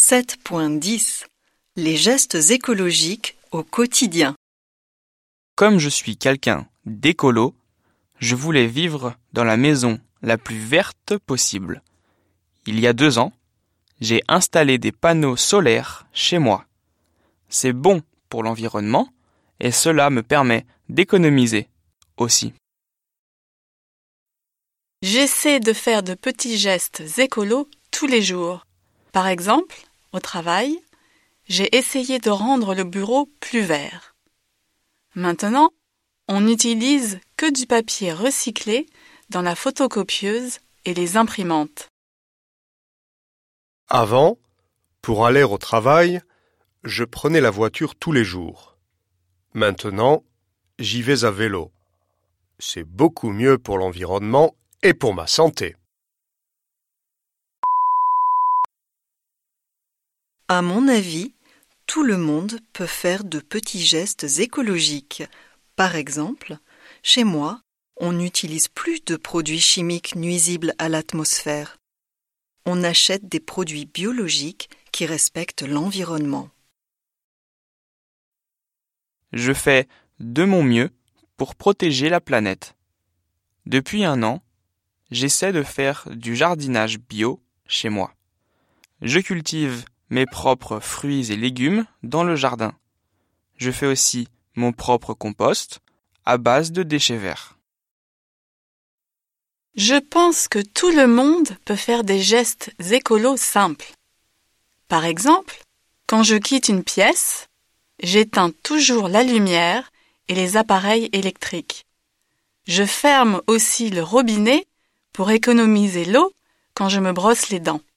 7.10 Les gestes écologiques au quotidien. Comme je suis quelqu'un d'écolo, je voulais vivre dans la maison la plus verte possible. Il y a 2 ans, j'ai installé des panneaux solaires chez moi. C'est bon pour l'environnement et cela me permet d'économiser aussi. J'essaie de faire de petits gestes écolos tous les jours. Par exemple, au travail, j'ai essayé de rendre le bureau plus vert. Maintenant, on n'utilise que du papier recyclé dans la photocopieuse et les imprimantes. Avant, pour aller au travail, je prenais la voiture tous les jours. Maintenant, j'y vais à vélo. C'est beaucoup mieux pour l'environnement et pour ma santé. À mon avis, tout le monde peut faire de petits gestes écologiques. Par exemple, chez moi, on n'utilise plus de produits chimiques nuisibles à l'atmosphère. On achète des produits biologiques qui respectent l'environnement. Je fais de mon mieux pour protéger la planète. Depuis 1 an, j'essaie de faire du jardinage bio chez moi. Je cultive mes propres fruits et légumes dans le jardin. Je fais aussi mon propre compost à base de déchets verts. Je pense que tout le monde peut faire des gestes écolos simples. Par exemple, quand je quitte une pièce, j'éteins toujours la lumière et les appareils électriques. Je ferme aussi le robinet pour économiser l'eau quand je me brosse les dents.